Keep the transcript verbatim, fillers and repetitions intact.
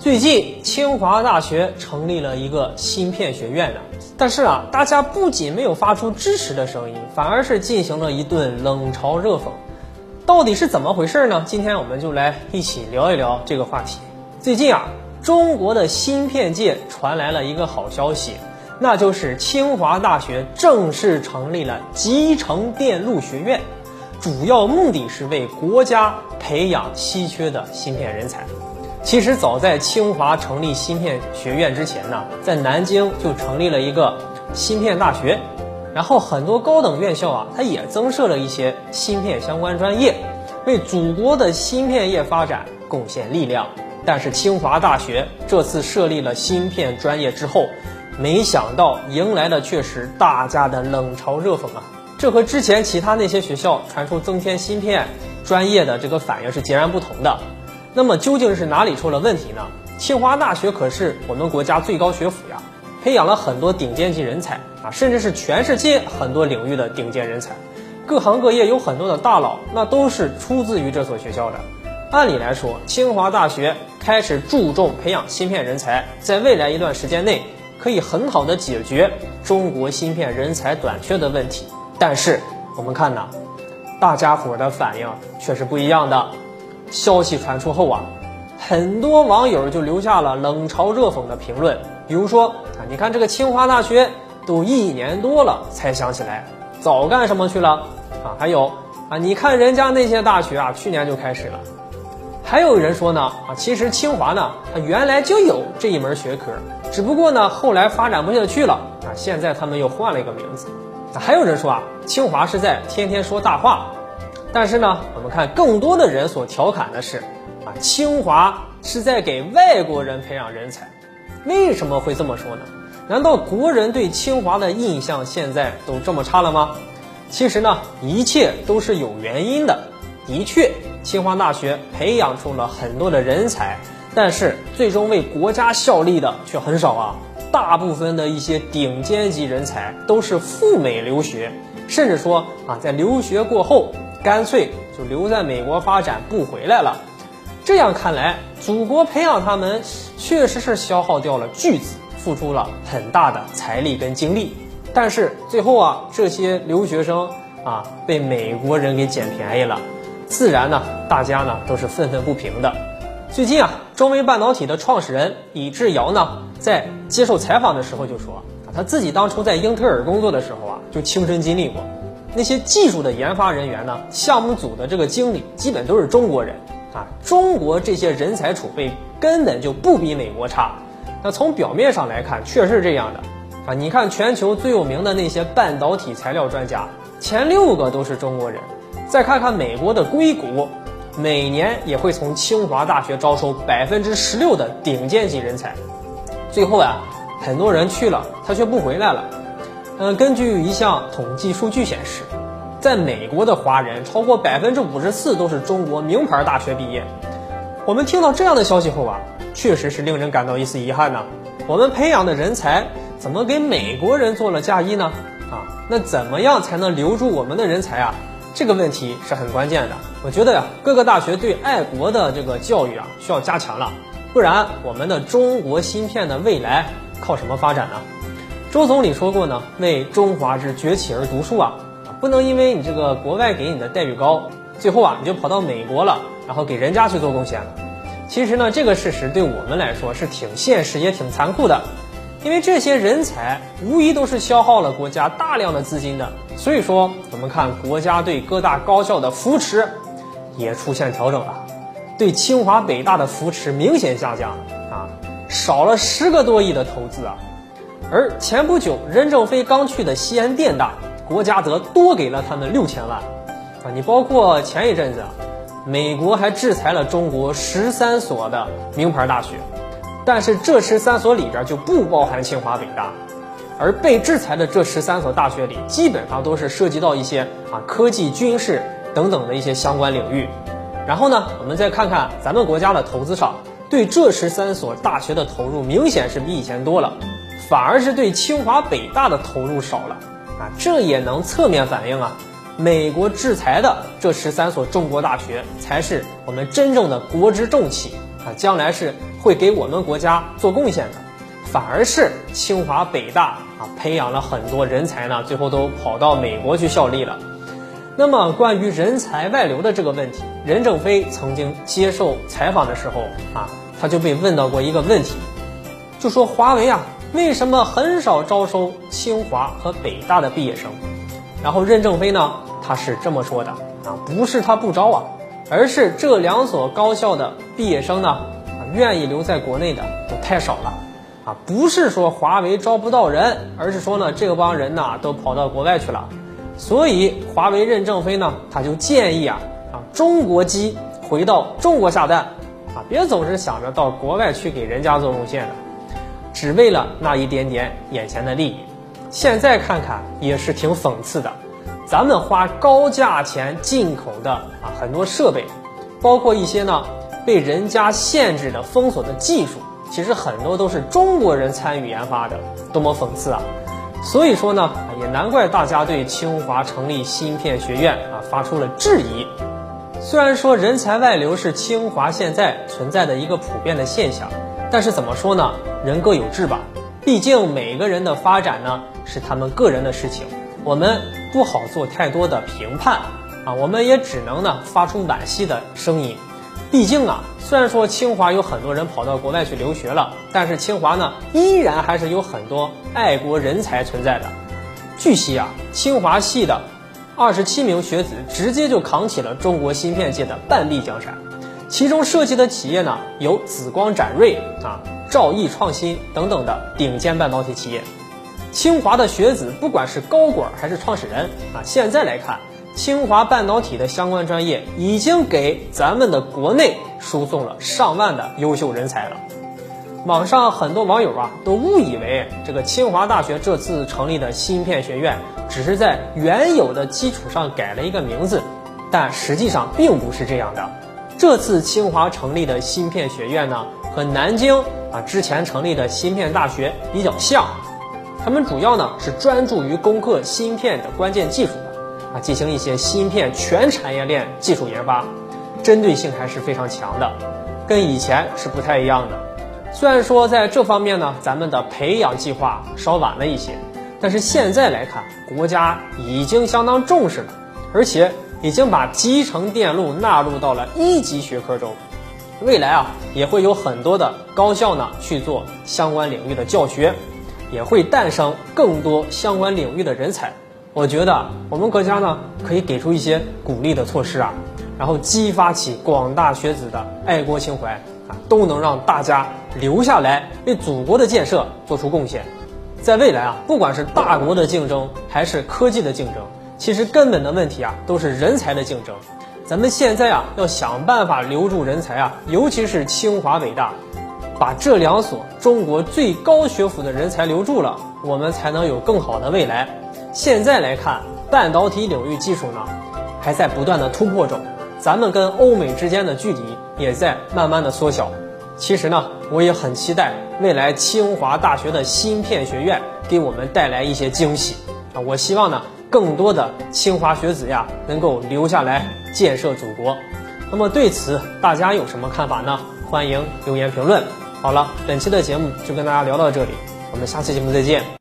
最近清华大学成立了一个芯片学院呢，但是啊，大家不仅没有发出支持的声音，反而是进行了一顿冷嘲热讽。到底是怎么回事呢？今天我们就来一起聊一聊这个话题。最近啊，中国的芯片界传来了一个好消息，那就是清华大学正式成立了集成电路学院，主要目的是为国家培养稀缺的芯片人才。其实早在清华成立芯片学院之前呢，在南京就成立了一个芯片大学，然后很多高等院校啊，它也增设了一些芯片相关专业，为祖国的芯片业发展贡献力量。但是清华大学这次设立了芯片专业之后，没想到迎来的却是大家的冷嘲热讽啊！这和之前其他那些学校传出增添芯片专业的这个反应是截然不同的。那么究竟是哪里出了问题呢？清华大学可是我们国家最高学府呀，培养了很多顶尖级人才啊，甚至是全世界很多领域的顶尖人才，各行各业有很多的大佬，那都是出自于这所学校的。按理来说，清华大学开始注重培养芯片人才，在未来一段时间内可以很好的解决中国芯片人才短缺的问题。但是我们看呢，大家伙的反应却是不一样的。消息传出后啊，很多网友就留下了冷嘲热讽的评论，比如说啊，你看这个清华大学都一年多了才想起来，早干什么去了啊？还有啊，你看人家那些大学啊，去年就开始了。还有人说呢，啊，其实清华呢，它原来就有这一门学科，只不过呢，后来发展不下去了啊，现在他们又换了一个名字。啊，还有人说啊，清华是在天天说大话。但是呢，我们看更多的人所调侃的是，啊，清华是在给外国人培养人才。为什么会这么说呢？难道国人对清华的印象现在都这么差了吗？其实呢，一切都是有原因的。的确，清华大学培养出了很多的人才，但是最终为国家效力的却很少啊。大部分的一些顶尖级人才都是赴美留学，甚至说啊，在留学过后干脆就留在美国发展，不回来了。这样看来，祖国培养他们确实是消耗掉了巨资，付出了很大的财力跟精力。但是最后啊，这些留学生啊被美国人给捡便宜了，自然呢，大家呢都是愤愤不平的。最近啊，中微半导体的创始人李志尧呢，在接受采访的时候就说啊，他自己当初在英特尔工作的时候啊，就亲身经历过。那些技术的研发人员呢，项目组的这个经理基本都是中国人啊，中国这些人才储备根本就不比美国差。那从表面上来看，确实是这样的啊。你看全球最有名的那些半导体材料专家，前六个都是中国人。再看看美国的硅谷，每年也会从清华大学招收百分之十六的顶尖级人才。最后啊，很多人去了，他却不回来了。嗯，根据一项统计数据显示，在美国的华人超过百分之五十四都是中国名牌大学毕业。我们听到这样的消息后啊，确实是令人感到一丝遗憾呢。我们培养的人才怎么给美国人做了嫁衣呢？啊，那怎么样才能留住我们的人才啊？这个问题是很关键的。我觉得呀，各个大学对爱国的这个教育啊，需要加强了，不然我们的中国芯片的未来靠什么发展呢？周总理说过呢，为中华之崛起而读书啊，不能因为你这个国外给你的待遇高，最后啊你就跑到美国了，然后给人家去做贡献了。其实呢，这个事实对我们来说是挺现实也挺残酷的，因为这些人才无疑都是消耗了国家大量的资金的。所以说，我们看国家对各大高校的扶持也出现调整了，对清华北大的扶持明显下降啊，少了十个多亿的投资啊。而前不久任正非刚去的西安电大，国家则多给了他们六千万啊！你包括前一阵子啊，美国还制裁了中国十三所的名牌大学，但是这十三所里边就不包含清华北大，而被制裁的这十三所大学里，基本上都是涉及到一些啊科技、军事等等的一些相关领域。然后呢，我们再看看咱们国家的投资上，对这十三所大学的投入明显是比以前多了。反而是对清华北大的投入少了啊，这也能侧面反映啊，美国制裁的这十三所中国大学才是我们真正的国之重器， 啊，将来是会给我们国家做贡献的。反而是清华北大啊，培养了很多人才呢，最后都跑到美国去效力了。那么关于人才外流的这个问题，任正非曾经接受采访的时候啊，他就被问到过一个问题，就说华为啊，为什么很少招收清华和北大的毕业生？然后任正非呢，他是这么说的啊，不是他不招啊，而是这两所高校的毕业生呢，啊，愿意留在国内的都太少了。啊，不是说华为招不到人，而是说呢，这帮人呢都跑到国外去了。所以华为任正非呢，他就建议啊啊，中国机回到中国下蛋啊，别总是想着到国外去给人家做贡献的，只为了那一点点眼前的利益。现在看看也是挺讽刺的，咱们花高价钱进口的啊很多设备，包括一些呢被人家限制的封锁的技术。其实很多都是中国人参与研发的，多么讽刺啊！所以说呢，也难怪大家对清华成立芯片学院啊发出了质疑。虽然说人才外流是清华现在存在的一个普遍的现象，但是怎么说呢？人各有志吧。毕竟每个人的发展呢是他们个人的事情，我们不好做太多的评判啊，我们也只能呢发出惋惜的声音。毕竟啊，虽然说清华有很多人跑到国外去留学了，但是清华呢依然还是有很多爱国人才存在的。据悉啊，清华系的二十七名学子直接就扛起了中国芯片界的半壁江山，其中涉及的企业呢有紫光展锐啊、兆易创新等等的顶尖半导体企业。清华的学子不管是高管还是创始人啊，现在来看，清华半导体的相关专业已经给咱们的国内输送了上万的优秀人才了。网上很多网友啊都误以为这个清华大学这次成立的芯片学院只是在原有的基础上改了一个名字，但实际上并不是这样的。这次清华成立的芯片学院呢，和南京啊之前成立的芯片大学比较像，他们主要呢是专注于攻克芯片的关键技术的。啊，进行一些芯片全产业链技术研发，针对性还是非常强的，跟以前是不太一样的。虽然说在这方面呢，咱们的培养计划稍晚了一些，但是现在来看，国家已经相当重视了，而且已经把集成电路纳入到了一级学科中。未来啊，也会有很多的高校呢去做相关领域的教学，也会诞生更多相关领域的人才。我觉得我们国家呢可以给出一些鼓励的措施啊，然后激发起广大学子的爱国情怀啊，都能让大家留下来为祖国的建设做出贡献。在未来啊，不管是大国的竞争还是科技的竞争，其实根本的问题啊都是人才的竞争。咱们现在啊要想办法留住人才啊，尤其是清华北大，把这两所中国最高学府的人才留住了，我们才能有更好的未来。现在来看，半导体领域技术呢还在不断的突破中，咱们跟欧美之间的距离也在慢慢的缩小。其实呢，我也很期待未来清华大学的芯片学院给我们带来一些惊喜啊！我希望呢，更多的清华学子呀能够留下来建设祖国。那么对此大家有什么看法呢？欢迎留言评论。好了，本期的节目就跟大家聊到这里，我们下期节目再见。